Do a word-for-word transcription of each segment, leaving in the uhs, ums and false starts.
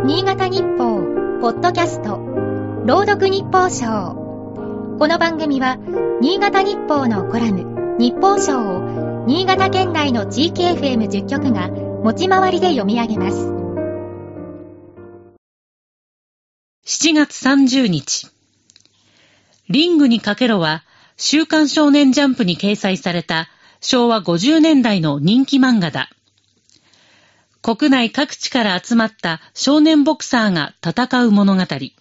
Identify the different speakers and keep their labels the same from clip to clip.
Speaker 1: 新潟日報ポッドキャスト朗読日報賞。この番組は新潟日報のコラム日報賞を新潟県内の地域 エフエムじゅっ 局が持ち回りで読み上げます。
Speaker 2: しちがつさんじゅうにち、リングにかけろは週刊少年ジャンプに掲載されたしょうわごじゅうねんだいの人気漫画だ。国内各地から集まった少年ボクサーが戦う物語。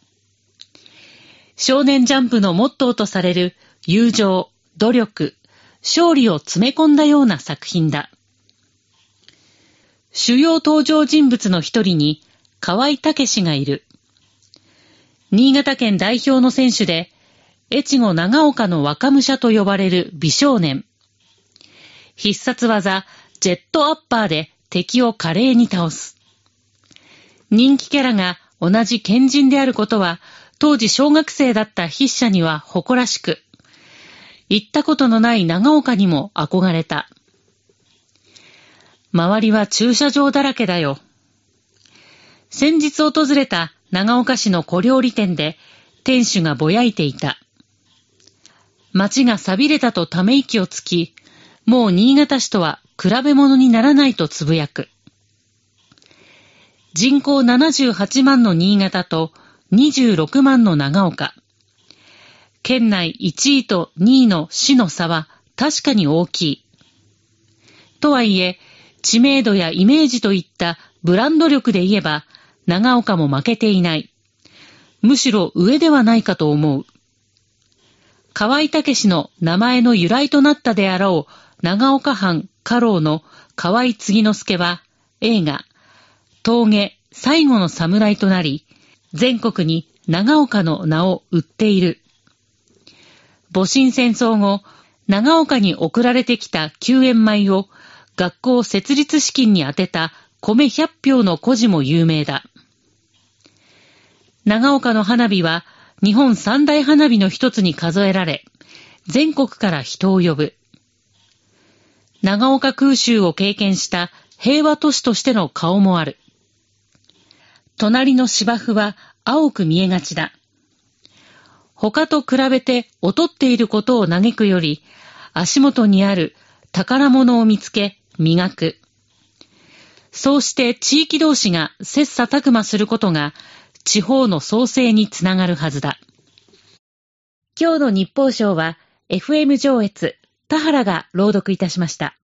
Speaker 2: 少年ジャンプのモットーとされる友情、努力、勝利を詰め込んだような作品だ。主要登場人物の一人に河合武がいる。新潟県代表の選手で、越後長岡の若武者と呼ばれる美少年。必殺技、ジェットアッパーで敵を華麗に倒す。人気キャラが同じ県人であることは、当時小学生だった筆者には誇らしく、行ったことのない長岡にも憧れた。周りは駐車場だらけだよ。先日訪れた長岡市の小料理店で、店主がぼやいていた。街が寂れたとため息をつき、もう新潟市とは比べ物にならないとつぶやく。人口ななじゅうはちまんの新潟とにじゅうろくまんの長岡。県内いちいとにいの市の差は確かに大きい。とはいえ、知名度やイメージといったブランド力で言えば、長岡も負けていない。むしろ上ではないかと思う。河合武の名前の由来となったであろう長岡藩家老の河合継之助は映画峠最後の侍となり、全国に長岡の名を売っている。戊辰戦争後、長岡に送られてきた救援米を学校設立資金に充てた米ひゃっぴょうの故事も有名だ。長岡の花火は日本三大花火の一つに数えられ、全国から人を呼ぶ。長岡空襲を経験した平和都市としての顔もある。隣の芝生は青く見えがちだ。他と比べて劣っていることを嘆くより、足元にある宝物を見つけ、磨く。そうして地域同士が切磋琢磨することが、地方の創生につながるはずだ。今日の日報賞は エフエム 上越、田原が朗読いたしました。